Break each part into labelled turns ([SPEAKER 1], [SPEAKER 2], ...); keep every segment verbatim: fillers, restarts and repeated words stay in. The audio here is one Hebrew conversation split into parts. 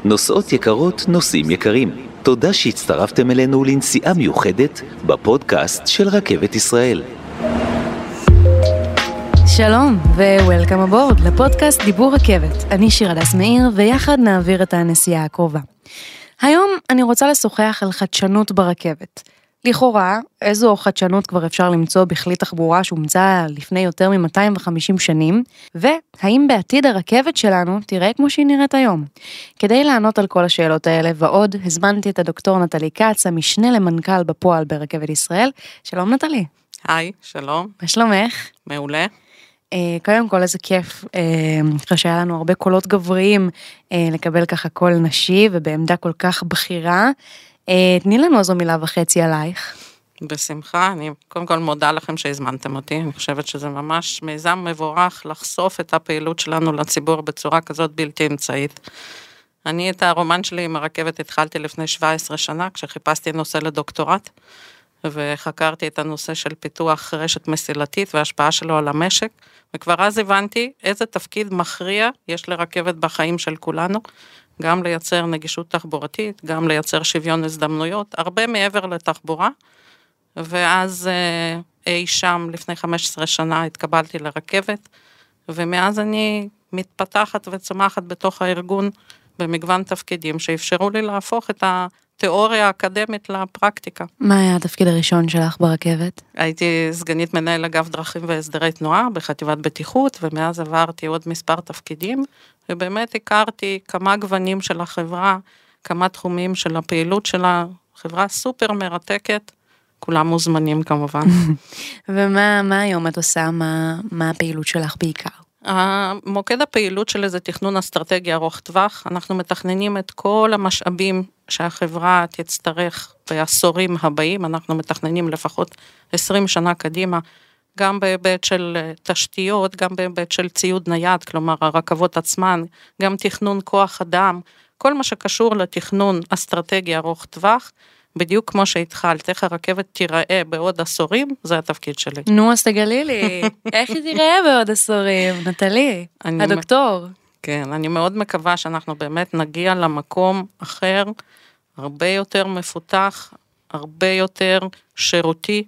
[SPEAKER 1] נוסעות יקרות, נוסעים יקרים. תודה שהצטרפתם אלינו לנסיעה מיוחדת בפודקאסט של רכבת ישראל.
[SPEAKER 2] שלום ו-Welcome aboard לפודקאסט דיבור רכבת. אני שיר הדס מאיר ויחד נעביר את הנסיעה הקרובה. היום אני רוצה לשוחח על חדשנות ברכבת. לכאורה, איזו חדשנות כבר אפשר למצוא בכלי תחבורה שהומצא לפני יותר מ-מאתיים וחמישים שנים, והאם בעתיד הרכבת שלנו תראה כמו שהיא נראית היום. כדי לענות על כל השאלות האלה ועוד, הזמנתי את הדוקטור נטלי כץ, המשנה למנכ"ל בפועל ברכבת ישראל. שלום נטלי.
[SPEAKER 3] היי, שלום.
[SPEAKER 2] מה שלומך?
[SPEAKER 3] מעולה.
[SPEAKER 2] קודם כל איזה כיף, אחרי שהיה לנו הרבה קולות גבריים, לקבל ככה קול נשי ובעמדה כל כך בכירה. תני לנו איזו מילה וחצי עלייך.
[SPEAKER 3] בשמחה, אני קודם כל מודה לכם שהזמנתם אותי, אני חושבת שזה ממש מיזם מבורך לחשוף את הפעילות שלנו לציבור בצורה כזאת בלתי אמצעית. אני את הרומן שלי עם הרכבת התחלתי לפני שבע עשרה שנה, כשחיפשתי נושא לדוקטורט, וחקרתי את הנושא של פיתוח רשת מסילתית וההשפעה שלו על המשק, וכבר אז הבנתי איזה תפקיד מכריע יש לרכבת בחיים של כולנו, גם לייצר נגישות תחבורתית, גם לייצר שוויון הזדמנויות, הרבה מעבר לתחבורה, ואז אי שם לפני חמש עשרה שנה התקבלתי לרכבת, ומאז אני מתפתחת וצומחת בתוך הארגון במגוון תפקידים, שאפשרו לי להפוך את התיאוריה האקדמית לפרקטיקה.
[SPEAKER 2] מה היה התפקיד הראשון שלך ברכבת?
[SPEAKER 3] הייתי סגנית מנהל אגף דרכים והסדרי תנועה בחטיבת בטיחות, ומאז עברתי עוד מספר תפקידים, ובאמת הכרתי כמה גוונים של החברה, כמה תחומים של הפעילות שלה, חברה סופר מרתקת, כולם מוזמנים כמובן.
[SPEAKER 2] ומה מה היום את עושה? מה, מה הפעילות שלך בעיקר?
[SPEAKER 3] מוקד הפעילות שלי זה תכנון אסטרטגיה ארוך טווח, אנחנו מתכננים את כל המשאבים שהחברה תצטרך בעשורים הבאים, אנחנו מתכננים לפחות עשרים שנה קדימה, גם בהיבט של תשתיות, גם בהיבט של ציוד נייד, כלומר הרכבות עצמן, גם תכנון כוח אדם, כל מה שקשור לתכנון אסטרטגיה ארוך טווח, בדיוק כמו שהתחלת, איך הרכבת תיראה בעוד עשורים, זה התפקיד שלי.
[SPEAKER 2] נו, אז תגלי לי, איך היא תיראה בעוד עשורים, נטלי, הדוקטור?
[SPEAKER 3] כן, אני מאוד מקווה שאנחנו באמת נגיע למקום אחר, הרבה יותר מפותח, הרבה יותר שירותי,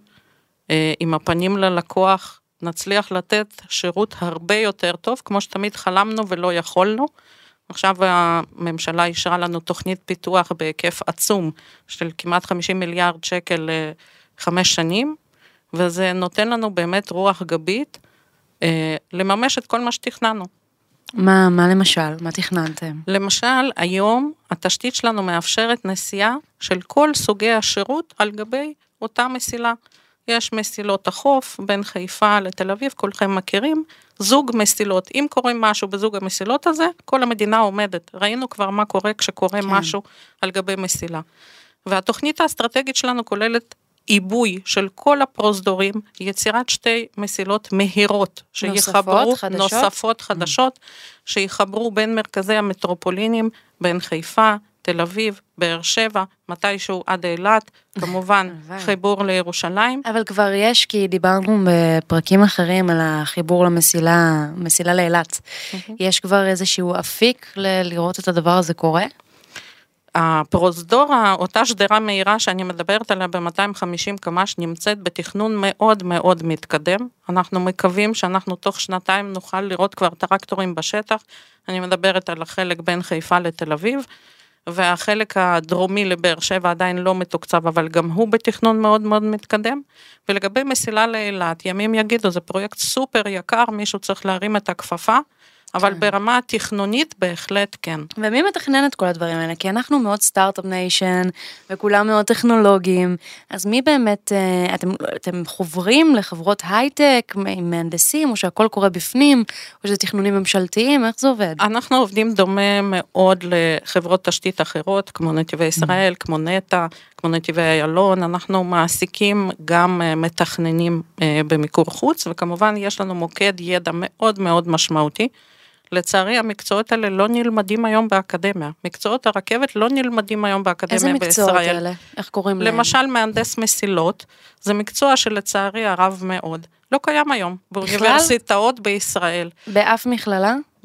[SPEAKER 3] עם הפנים ללקוח, נצליח לתת שירות הרבה יותר טוב, כמו שתמיד חלמנו ולא יכולנו. עכשיו הממשלה אישרה לנו תוכנית פיתוח בהיקף עצום, של כמעט חמישים מיליארד שקל לחמש שנים, וזה נותן לנו באמת רוח גבית, לממש את כל מה שתכננו.
[SPEAKER 2] מה, מה למשל? מה תכננתם?
[SPEAKER 3] למשל, היום התשתית שלנו מאפשרת נסיעה של כל סוגי השירות על גבי אותה מסילה. יש מסילות החוף, בין חיפה לתל אביב, כולכם מכירים, זוג מסילות. אם קורה משהו בזוג המסילות הזה, כל המדינה עומדת. ראינו כבר מה קורה כשקורה כן. משהו על גבי מסילה. והתוכנית האסטרטגית שלנו כוללת עיבוי של כל הפרוזדורים, יצירת שתי מסילות מהירות, שיחברו,
[SPEAKER 2] נוספות חדשות,
[SPEAKER 3] נוספות חדשות שיחברו בין מרכזי המטרופולינים, בין חיפה, תל אביב, באר שבע, מתישהו עד אילת, כמובן חיבור לירושלים.
[SPEAKER 2] אבל כבר יש, כי דיברנו בפרקים אחרים על החיבור למסילה, מסילה לאילת. יש כבר איזשהו אפיק לראות את הדבר הזה קורה?
[SPEAKER 3] הפרוזדור, אותה שדרה מהירה שאני מדברת עליה ב-מאתיים וחמישים קמ"ש, נמצאת בתכנון מאוד מאוד מתקדם. אנחנו מקווים שאנחנו תוך שנתיים נוכל לראות כבר טרקטורים בשטח. אני מדברת על החלק בין חיפה לתל אביב, והחלק הדרומי לבאר שבע עדיין לא מתוקצב, אבל גם הוא בתכנון מאוד מאוד מתקדם. ולגבי מסילה לאילת, ימים יגידו, זה פרויקט סופר יקר, מישהו צריך להרים את הכפפה, אבל ברמה התכנונית בהחלט כן.
[SPEAKER 2] ומי מתכנן את כל הדברים האלה? כי אנחנו מאוד סטארט-אפ ניישן, וכולם מאוד טכנולוגיים, אז מי באמת, אתם, אתם חוברים לחברות הייטק, עם מהנדסים, או שהכל קורה בפנים, או שזה תכנונים ממשלתיים, איך זה עובד?
[SPEAKER 3] אנחנו עובדים דומה מאוד לחברות תשתית אחרות, כמו נתיבי ישראל, כמו נטע, כמו נתיבי איילון, אנחנו מעסיקים גם מתכננים במיקור חוץ, וכמובן יש לנו מוקד ידע מאוד מאוד משמעותי, לצערי, המקצועות האלה לא נלמדים היום באקדמיה. מקצועות הרכבת לא נלמדים היום באקדמיה בישראל.
[SPEAKER 2] איזה מקצועות האלה? איך קוראים להם?
[SPEAKER 3] למשל, מהנדס מסילות, זה מקצוע שלצערי הרב מאוד. לא קיים היום באוניברסיטאות בישראל.
[SPEAKER 2] באף מכללה?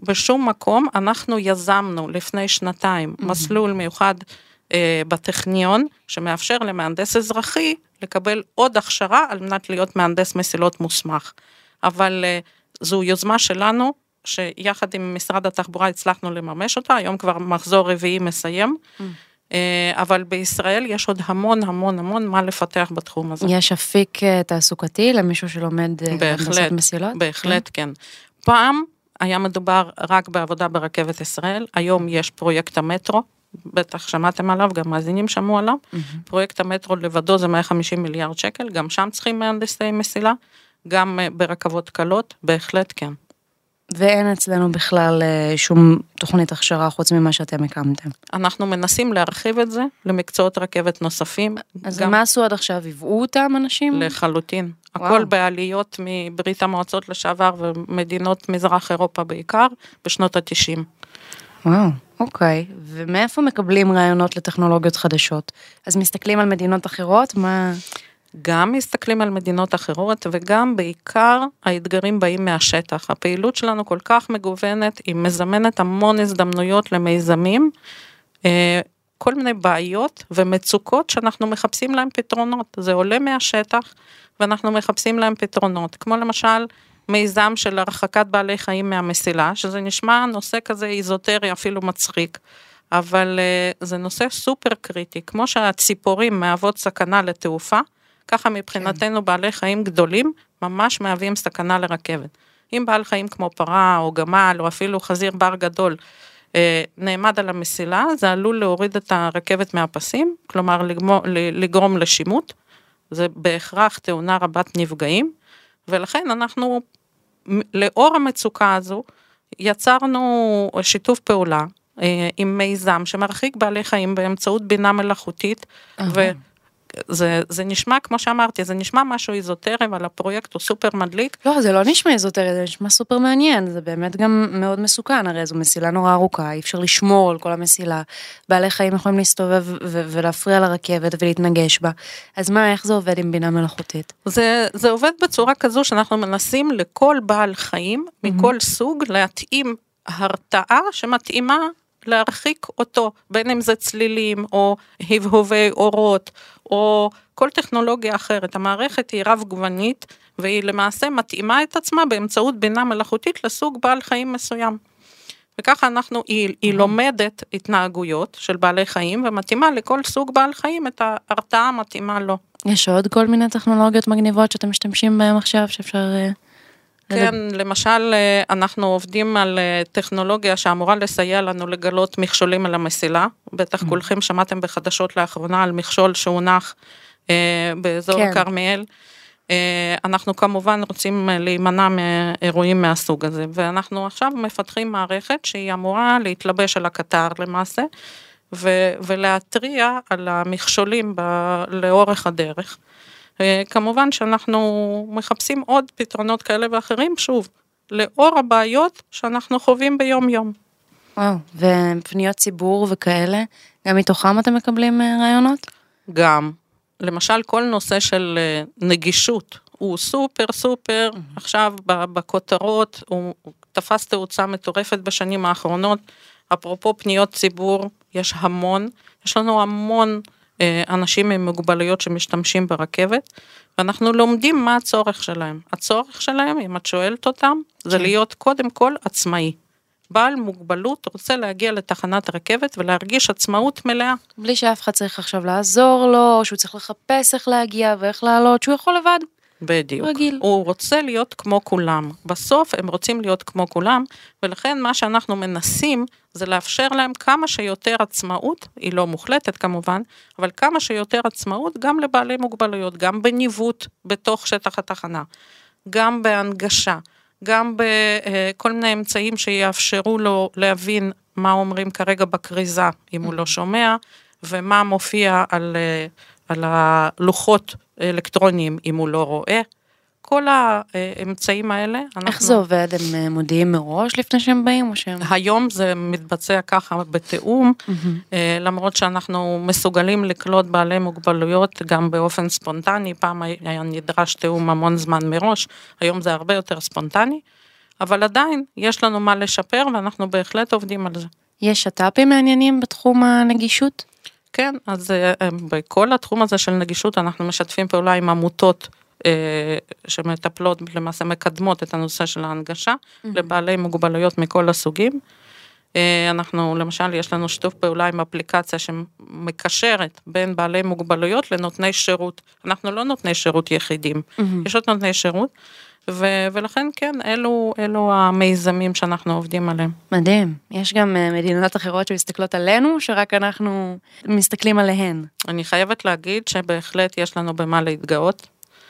[SPEAKER 3] בשום מקום, אנחנו יזמנו לפני שנתיים מסלול מיוחד בטכניון, שמאפשר למהנדס אזרחי לקבל עוד הכשרה על מנת להיות מהנדס מסילות מוסמך. אבל זו יוזמה שלנו, שיחד עם משרד התחבורה הצלחנו לממש אותה, היום כבר מחזור רביעי מסיים, אבל בישראל יש עוד המון המון המון מה לפתח בתחום הזה.
[SPEAKER 2] יש אפיק תעסוקתי למישהו שלומד הנדסת מסילות?
[SPEAKER 3] בהחלט, כן. פעם היה מדובר רק בעבודה ברכבת ישראל, היום יש פרויקט המטרו, בטח שמעתם עליו, גם מאזינים שמעו עליו, פרויקט המטרו לבדו זה מאה וחמישים מיליארד שקל, גם שם צריכים מהנדסי מסילה, גם ברכבות קלות, בהחלט כן.
[SPEAKER 2] ואין אצלנו בכלל שום תוכנית הכשרה חוץ ממה שאתם הקמתם.
[SPEAKER 3] אנחנו מנסים להרחיב את זה למקצועות רכבת נוספים.
[SPEAKER 2] אז גם... מה עשו עד עכשיו? הביאו אותם אנשים?
[SPEAKER 3] לחלוטין. וואו. הכל בעליות מברית המועצות לשעבר ומדינות מזרח אירופה בעיקר, בשנות ה-תשעים.
[SPEAKER 2] וואו, אוקיי. ומאיפה מקבלים רעיונות לטכנולוגיות חדשות? אז מסתכלים על מדינות אחרות? מה...
[SPEAKER 3] גם מסתכלים על מדינות אחרות, וגם בעיקר האתגרים באים מהשטח. הפעילות שלנו כל כך מגוונת, היא מזמנת המון הזדמנויות למיזמים, כל מיני בעיות ומצוקות שאנחנו מחפשים להם פתרונות. זה עולה מהשטח, ואנחנו מחפשים להם פתרונות. כמו למשל, מיזם של הרחקת בעלי חיים מהמסילה, שזה נשמע נושא כזה איזוטרי, אפילו מצחיק. אבל זה נושא סופר קריטי. כמו שהציפורים מהוות סכנה לתעופה, ככה מבחינתנו כן. בעלי חיים גדולים, ממש מהווים סכנה לרכבת. אם בעל חיים כמו פרה או גמל, או אפילו חזיר בר גדול, אה, נעמד על המסילה, זה עלול להוריד את הרכבת מהפסים, כלומר לגרום, לגרום לשימות, זה בהכרח תאונה רבת נפגעים, ולכן אנחנו, לאור המצוקה הזו, יצרנו שיתוף פעולה, אה, עם מיזם שמרחיק בעלי חיים באמצעות בינה מלאכותית, ו... זה, זה נשמע, כמו שאמרתי, זה נשמע משהו איזוטרי, אבל הפרויקט הוא סופר מדליק.
[SPEAKER 2] לא, זה לא נשמע איזוטרי, זה נשמע סופר מעניין, זה באמת גם מאוד מסוכן, הרי זו מסילה נורא ארוכה, אי אפשר לשמור על כל המסילה, בעלי חיים יכולים להסתובב ו- ולהפריע לרכבת ולהתנגש בה, אז מה, איך זה עובד עם בינה מלאכותית?
[SPEAKER 3] זה, זה עובד בצורה כזו שאנחנו מנסים לכל בעל חיים, מכל mm-hmm. סוג, להתאים הרתעה שמתאימה להרחיק אותו, בין אם זה צלילים, או הבהובי אורות, או כל טכנולוגיה אחרת. המערכת היא רב גוונית, והיא למעשה מתאימה את עצמה, באמצעות בינה מלאכותית, לסוג בעל חיים מסוים. וככה אנחנו, היא, היא לומדת התנהגויות של בעלי חיים, ומתאימה לכל סוג בעל חיים, את ההרתעה המתאימה לו.
[SPEAKER 2] יש עוד כל מיני טכנולוגיות מגניבות, שאתם משתמשים בהם עכשיו, שאפשר...
[SPEAKER 3] כן, למשל, אנחנו עובדים על טכנולוגיה שאמורה לסייע לנו לגלות מכשולים על המסילה, בטח כולכם שמעתם בחדשות לאחרונה על מכשול שהונח באזור כרמיאל, אנחנו כמובן רוצים להימנע מאירועים מהסוג הזה, ואנחנו עכשיו מפתחים מערכת שהיא אמורה להתלבש על הקטר למעשה, ולהטריע על המכשולים לאורך הדרך. כמובן שאנחנו מחפשים עוד פתרונות כאלה ואחרים, שוב, לאור הבעיות שאנחנו חווים ביום יום.
[SPEAKER 2] וואו, ופניות ציבור וכאלה, גם מתוכם אתם מקבלים רעיונות?
[SPEAKER 3] גם. למשל, כל נושא של נגישות, הוא סופר סופר, mm-hmm. עכשיו בכותרות, הוא תפס תאוצה מטורפת בשנים האחרונות, אפרופו פניות ציבור, יש המון, יש לנו המון, אנשים עם מוגבלויות שמשתמשים ברכבת, ואנחנו לומדים מה הצורך שלהם. הצורך שלהם, אם את שואלת אותם, זה להיות קודם כל עצמאי. בעל מוגבלות רוצה להגיע לתחנת רכבת ולהרגיש עצמאות מלאה.
[SPEAKER 2] בלי שאף אחד צריך עכשיו לעזור לו, או שהוא צריך לחפש איך להגיע ואיך לעלות, שהוא יכול לבד.
[SPEAKER 3] בדיוק. רגיל. הוא רוצה להיות כמו כולם. בסוף הם רוצים להיות כמו כולם, ולכן מה שאנחנו מנסים זה לאפשר להם כמה שיותר עצמאות, היא לא מוחלטת כמובן, אבל כמה שיותר עצמאות גם לבעלי מוגבלויות, גם בניווט בתוך שטח התחנה, גם בהנגשה, גם בכל מיני אמצעים שיאפשרו לו להבין מה אומרים כרגע בקריזה, אם הוא לא שומע, ומה מופיע על, על הלוחות אלקטרוניים, אם הוא לא רואה. כל האמצעים האלה.
[SPEAKER 2] איך אנחנו... זה עובד? הם מודיעים מראש לפני שהם באים? או שהם...
[SPEAKER 3] היום זה מתבצע ככה בתיאום, mm-hmm. למרות שאנחנו מסוגלים לקלוט בעלי מוגבלויות גם באופן ספונטני, פעם היה נדרש תיאום המון זמן מראש, היום זה הרבה יותר ספונטני, אבל עדיין יש לנו מה לשפר, ואנחנו בהחלט עובדים על זה.
[SPEAKER 2] יש שת"פים מעניינים בתחום הנגישות?
[SPEAKER 3] כן, אז בכל התחום הזה של נגישות, אנחנו משתפים פעולה עם עמותות, שמטפלות, למעשה מקדמות את הנושא של ההנגשה, mm-hmm. לבעלי מוגבלויות מכל הסוגים. אנחנו, למשל, יש לנו שיתוף פעולה עם אפליקציה שמקשרת בין בעלי מוגבלויות לנותני שירות. אנחנו לא נותני שירות יחידים, mm-hmm. יש עוד נותני שירות, ו- ולכן כן, אלו, אלו המיזמים שאנחנו עובדים עליהם. מדהים. יש גם מדינות אחרות שמסתכלות עלינו, שרק אנחנו מסתכלים עליהן. אני חייבת להגיד שבהחלט יש לנו במה להתגאות.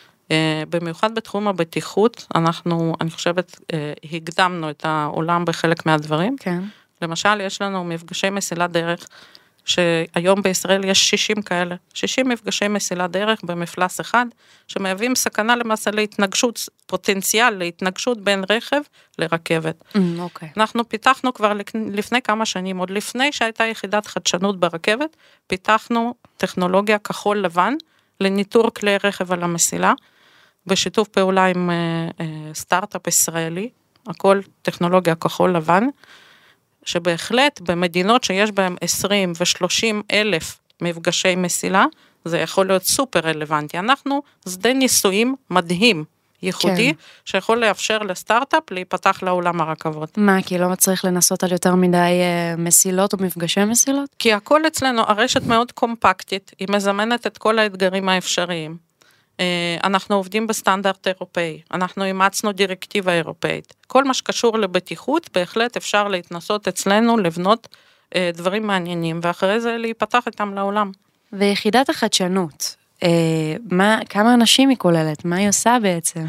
[SPEAKER 3] במיוחד בתחום הבטיחות, אנחנו, אני חושבת, הקדמנו את העולם בחלק מהדברים. כן. למשל, יש לנו מפגשי מסילת דרך, שהיום בישראל יש שישים כאלה, שישים מפגשי מסילת דרך במפלס אחד, שמהווים סכנה למעשה להתנגשות, פוטנציאל להתנגשות בין רכב לרכבת. Mm, okay. אנחנו פיתחנו כבר לפני כמה שנים, עוד לפני שהייתה יחידת חדשנות ברכבת, פיתחנו טכנולוגיה כחול לבן, לניטור כלי רכב על המסילה, בשיתוף פעולה עם סטארט-אפ ישראלי, הכל טכנולוגיה כחול לבן, שבהחלט במדינות שיש בהם עשרים ושלושים אלף מפגשי מסילה, זה יכול להיות סופר רלוונטי. אנחנו שדה ניסויים מדהים, ייחודי, כן. שיכול לאפשר לסטארט-אפ להיפתח לעולם הרכבות.
[SPEAKER 2] מה, כי לא צריך לנסות על יותר מדי מסילות או מפגשי מסילות?
[SPEAKER 3] כי הכל אצלנו, הרשת מאוד קומפקטית, היא מזמנת את כל האתגרים האפשריים. אנחנו עובדים בסטנדרט אירופאי, אנחנו אימצנו דירקטיבה אירופאית. כל מה שקשור לבטיחות, בהחלט אפשר להתנסות אצלנו, לבנות דברים מעניינים, ואחרי זה להיפתח איתם לעולם.
[SPEAKER 2] ויחידת החדשנות, מה, כמה אנשים היא כוללת? מה היא עושה בעצם?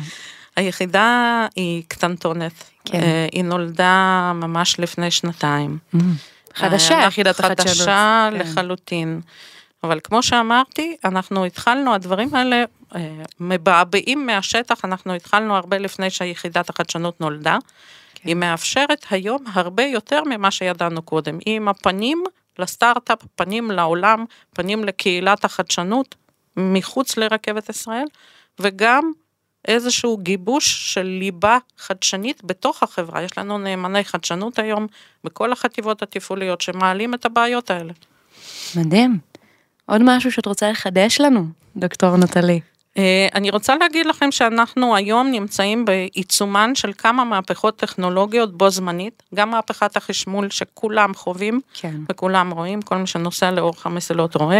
[SPEAKER 3] היחידה היא קטנטונת, כן. היא נולדה ממש לפני שנתיים.
[SPEAKER 2] חדשה, יחידת החדשנות.
[SPEAKER 3] חדשה כן. לחלוטין. אבל כמו שאמרתי, אנחנו התחלנו, הדברים האלה מבעבעים מהשטח, אנחנו התחלנו הרבה לפני שהיחידת החדשנות נולדה, כן. היא מאפשרת היום הרבה יותר ממה שידענו קודם, היא עם הפנים לסטארט-אפ, פנים לעולם, פנים לקהילת החדשנות, מחוץ לרכבת ישראל, וגם איזשהו גיבוש של ליבה חדשנית בתוך החברה, יש לנו נאמני חדשנות היום, בכל החטיבות התפעוליות שמעלים את הבעיות האלה.
[SPEAKER 2] מדהים. עוד משהו שאת רוצה לחדש לנו, דוקטור נטלי?
[SPEAKER 3] אני רוצה להגיד לכם שאנחנו היום נמצאים בעיצומן של כמה מהפכות טכנולוגיות בו זמנית, גם מהפכת החשמול שכולם חווים, כן. וכולם רואים, כל מי שנוסע לאורך המסילות רואה,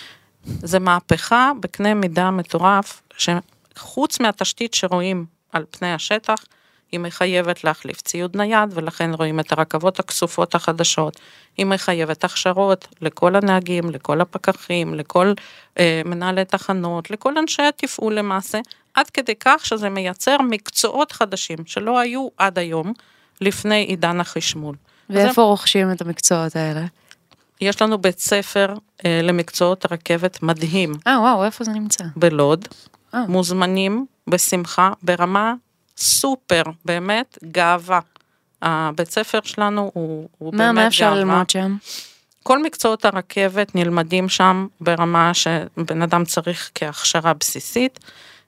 [SPEAKER 3] זה מהפכה בקנה מידה מטורף, שחוץ מהתשתית שרואים על פני השטח, היא מחייבת להחליף ציוד נייד, ולכן רואים את הרכבות הכסופות החדשות, היא מחייבת הכשרות לכל הנהגים, לכל הפקחים, לכל אה, מנהלי תחנות, לכל אנשי התפעול למעשה, עד כדי כך שזה מייצר מקצועות חדשים, שלא היו עד היום, לפני עידן החשמול.
[SPEAKER 2] ואיפה זה... רוכשים את המקצועות האלה?
[SPEAKER 3] יש לנו בית ספר אה, למקצועות הרכבת מדהים.
[SPEAKER 2] אה, וואו, איפה זה נמצא?
[SPEAKER 3] בלוד, אה. מוזמנים בשמחה, ברמה סופר, באמת גאווה. הבית ספר שלנו הוא, הוא
[SPEAKER 2] מה,
[SPEAKER 3] באמת גאווה.
[SPEAKER 2] מה אפשר ללמוד שם?
[SPEAKER 3] כל מקצועות הרכבת נלמדים שם ברמה שבן אדם צריך כהכשרה בסיסית.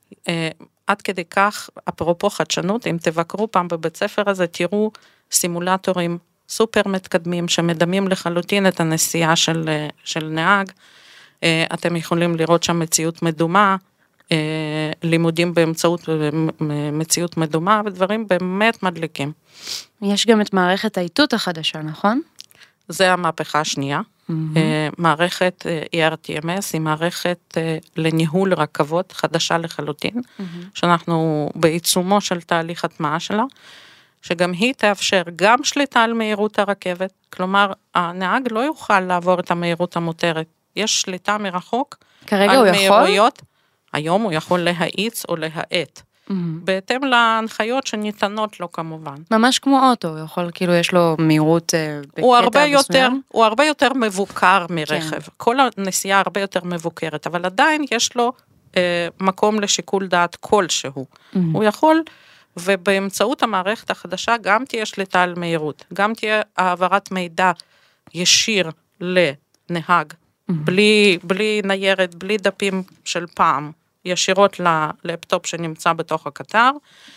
[SPEAKER 3] עד כדי כך, אפרופו חדשנות, אם תבקרו פעם בבית ספר הזה, תראו סימולטורים סופר מתקדמים, שמדמים לחלוטין את הנסיעה של, של נהג. אתם יכולים לראות שם מציאות מדומה, לימודים באמצעות מציאות מדומה, ודברים באמת מדליקים.
[SPEAKER 2] יש גם את מערכת האיתות החדשה, נכון?
[SPEAKER 3] זה המהפכה השנייה. Mm-hmm. מערכת אי אר טי אם אס היא מערכת לניהול רכבות חדשה לחלוטין, mm-hmm. שאנחנו בעיצומו של תהליך הטמעה שלה, שגם היא תאפשר גם שליטה על מהירות הרכבת, כלומר, הנהג לא יוכל לעבור את המהירות המותרת. יש שליטה מרחוק.
[SPEAKER 2] כרגע הוא
[SPEAKER 3] מהירויות,
[SPEAKER 2] יכול?
[SPEAKER 3] היום הוא יכול להאיץ או להאט. Mm-hmm. בהתאם להנחיות שניתנות לו כמובן.
[SPEAKER 2] ממש כמו אוטו, הוא יכול, כאילו יש לו מהירות בקטע
[SPEAKER 3] הוא הרבה יותר, הוא הרבה יותר מבוקר מרכב. כן. כל הנסיעה הרבה יותר מבוקרת, אבל עדיין יש לו אה, מקום לשיקול דעת כלשהו. Mm-hmm. הוא יכול, ובאמצעות המערכת החדשה גם תהיה שליטה על מהירות, גם תהיה העברת מידע ישיר לנהג, mm-hmm. בלי, בלי ניירת, בלי דפים של פעם. ישירות ללפטופ שנמצא בתוך הקטר,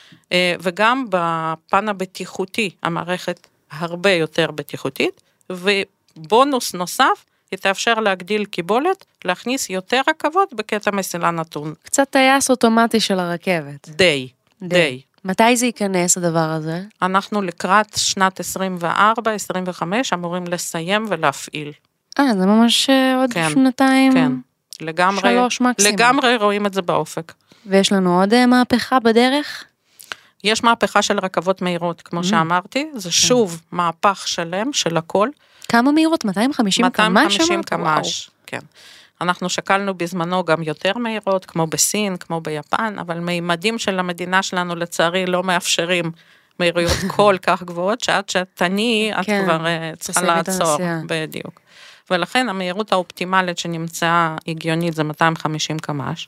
[SPEAKER 3] וגם בפן הבטיחותי, המערכת הרבה יותר בטיחותית, ובונוס נוסף, היא תאפשר להגדיל קיבולת, להכניס יותר רכבות בקטע מסילה נתון.
[SPEAKER 2] קצת טייס אוטומטי של הרכבת.
[SPEAKER 3] די, די.
[SPEAKER 2] מתי זה ייכנס הדבר הזה?
[SPEAKER 3] אנחנו לקראת שנת עשרים וארבע עשרים וחמש אמורים לסיים ולהפעיל.
[SPEAKER 2] אה, זה ממש עוד
[SPEAKER 3] כן,
[SPEAKER 2] שנתיים,
[SPEAKER 3] כן. לגמרי,
[SPEAKER 2] שלוש מקסימום.
[SPEAKER 3] לגמרי רואים את זה באופק.
[SPEAKER 2] ויש לנו עוד מהפכה בדרך?
[SPEAKER 3] יש מהפכה של רכבות מהירות, כמו שאמרתי, זה שוב מהפך שלם של הכל. כמה
[SPEAKER 2] מהירות? מאתיים וחמישים קמ"ש?
[SPEAKER 3] מאתיים וחמישים קמ"ש, כן. אנחנו שקלנו בזמנו גם יותר מהירות, כמו בסין, כמו ביפן, אבל מימדים של המדינה שלנו לצערי לא מאפשרים מהירויות כל כך גבוהות, שעד שתני את כבר צריכה לעצור, בדיוק. ולכן המהירות האופטימלית שנמצאה הגיונית זה מאתיים וחמישים קמ"ש,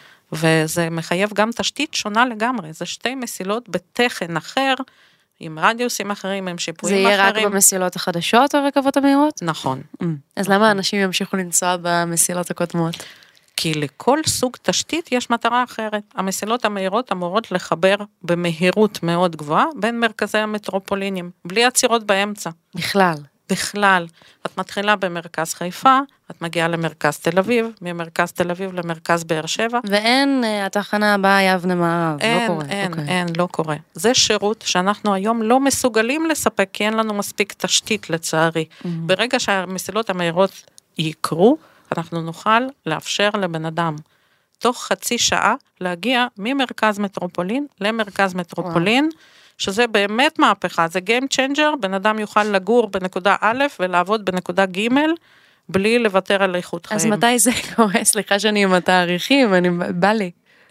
[SPEAKER 3] וזה מחייב גם תשתית שונה לגמרי, זה שתי מסילות בתכן אחר, עם רדיוסים אחרים, עם שיפועים אחרים.
[SPEAKER 2] זה יהיה רק במסילות החדשות או רכבות המהירות?
[SPEAKER 3] נכון.
[SPEAKER 2] אז למה אנשים ימשיכו לנסוע במסילות הקודמות?
[SPEAKER 3] כי לכל סוג תשתית יש מטרה אחרת. המסילות המהירות אמורות לחבר במהירות מאוד גבוהה, בין מרכזי המטרופולינים, בלי עצירות באמצע.
[SPEAKER 2] בכלל.
[SPEAKER 3] בכלל. את מתחילה במרכז חיפה, את מגיעה למרכז תל אביב, ממרכז תל אביב למרכז באר שבע.
[SPEAKER 2] ואין התחנה הבאה יבנה מערב,
[SPEAKER 3] אין,
[SPEAKER 2] לא קורה.
[SPEAKER 3] אין,
[SPEAKER 2] אוקיי.
[SPEAKER 3] אין, לא קורה. זה שירות שאנחנו היום לא מסוגלים לספק, כי אין לנו מספיק תשתית לצערי. Mm-hmm. ברגע שהמסילות המהירות יקרו, אנחנו נוכל לאפשר לבן אדם, תוך חצי שעה, להגיע ממרכז מטרופולין למרכז מטרופולין, וואו. שזה באמת מהפכה, זה game changer, בן אדם יוכל לגור בנקודה א' ולעבוד בנקודה ג' בלי לוותר על איכות חיים.
[SPEAKER 2] אז מתי זה קורה? סליחה שאני עם התאריכים, אני בא לי.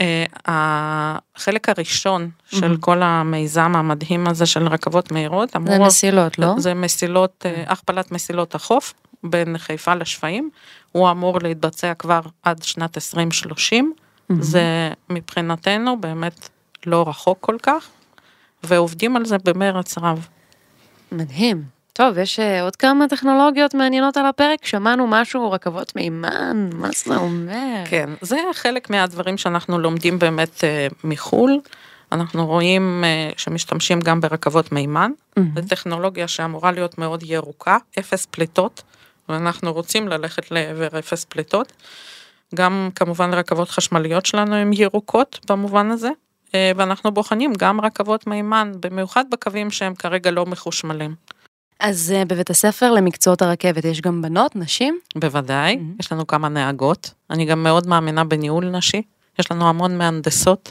[SPEAKER 3] החלק הראשון של כל המיזם המדהים הזה של רכבות מהירות,
[SPEAKER 2] זה מסילות, לא?
[SPEAKER 3] זה מסילות, הכפלת מסילות החוף, בין חיפה לשפיים, הוא אמור להתבצע כבר עד שנת עשרים שלושים, זה מבחינתנו באמת לא רחוק כל כך, ועובדים על זה במרץ רב.
[SPEAKER 2] מדהים. טוב, יש עוד כמה טכנולוגיות מעניינות על הפרק, שמענו משהו, רכבות מימן, מה זה אומר?
[SPEAKER 3] כן, זה חלק מהדברים שאנחנו לומדים באמת מחול, אנחנו רואים שמשתמשים גם ברכבות מימן, זו טכנולוגיה שאמורה להיות מאוד ירוקה, אפס פליטות, ואנחנו רוצים ללכת לעבר אפס פליטות, גם כמובן רכבות חשמליות שלנו הן ירוקות במובן הזה, ואנחנו בוחנים גם רכבות מימן, במיוחד בקווים שהם כרגע לא מחושמלים.
[SPEAKER 2] אז בבית הספר למקצועות הרכבת, יש גם בנות, נשים?
[SPEAKER 3] בוודאי, mm-hmm. יש לנו כמה נהגות, אני גם מאוד מאמינה בניהול נשי, יש לנו המון מהנדסות,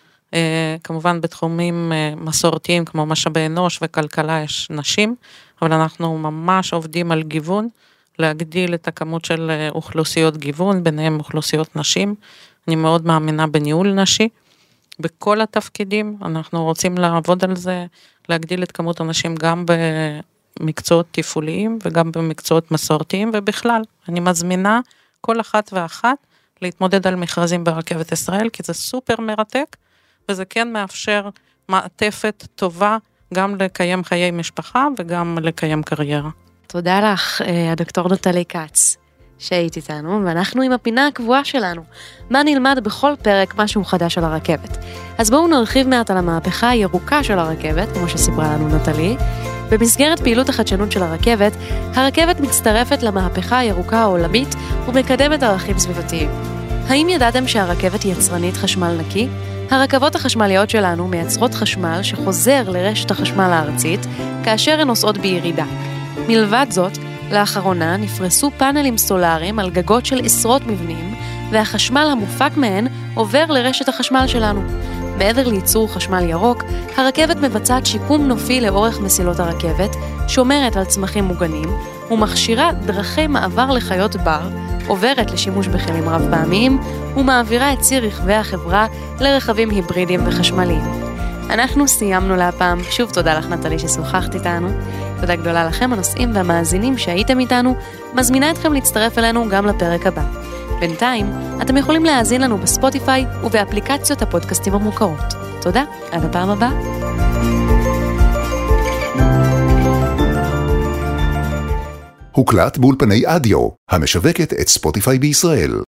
[SPEAKER 3] כמובן בתחומים מסורתיים כמו משאבי אנוש וכלכלה יש נשים, אבל אנחנו ממש עובדים על גיוון, להגדיל את הכמות של אוכלוסיות גיוון, ביניהם אוכלוסיות נשים, אני מאוד מאמינה בניהול נשי, בכל התפקידים, אנחנו רוצים לעבוד על זה, להגדיל את כמות הנשים גם במקצועות טיפוליים, וגם במקצועות מסורתיים, ובכלל, אני מזמינה כל אחת ואחת, להתמודד על מכרזים ברכבת ישראל, כי זה סופר מרתק, וזה כן מאפשר מעטפת טובה, גם לקיים חיי משפחה, וגם לקיים קריירה.
[SPEAKER 2] תודה לך, הדוקטור נטלי כץ. שהיית איתנו, ואנחנו עם הפינה הקבועה שלנו. מה נלמד בכל פרק משהו חדש על הרכבת. אז בואו נרחיב מעט על המהפכה הירוקה של הרכבת, כמו שסיפרה לנו נטלי. במסגרת פעילות החדשנות של הרכבת, הרכבת מצטרפת למהפכה הירוקה העולמית ומקדמת ערכים סביבתיים. האם ידעתם שהרכבת היא יצרנית חשמל נקי? הרכבות החשמליות שלנו מייצרות חשמל שחוזר לרשת החשמל הארצית, כאשר הן נוסעות בירידה. מלבד זאת, לאחרונה נפרסו פאנלים סולאריים על גגות של עשרות מבנים, והחשמל המופק מהן עובר לרשת החשמל שלנו. מעבר לייצור חשמל ירוק, הרכבת מבצעת שיקום נופי לאורך מסילות הרכבת, שומרת על צמחים מוגנים, ומכשירה דרכי מעבר לחיות בר, עוברת לשימוש בכלים רב פעמיים, ומעבירה את ציר רכבי החברה לרכבים היברידיים וחשמליים. אנחנו סיימנו להפעם, שוב תודה לך נטלי ששוחחת איתנו, תודה גדולה לכם הנושאים והמאזינים שהייתם איתנו, מזמינה אתכם להצטרף אלינו גם לפרק הבא. בינתיים, אתם יכולים להאזין לנו בספוטיפיי ובאפליקציות הפודקאסטים המוכרות. תודה, עד הפעם הבאה.
[SPEAKER 4] הוקלט באולפני אדיו, המשווקת את ספוטיפיי בישראל.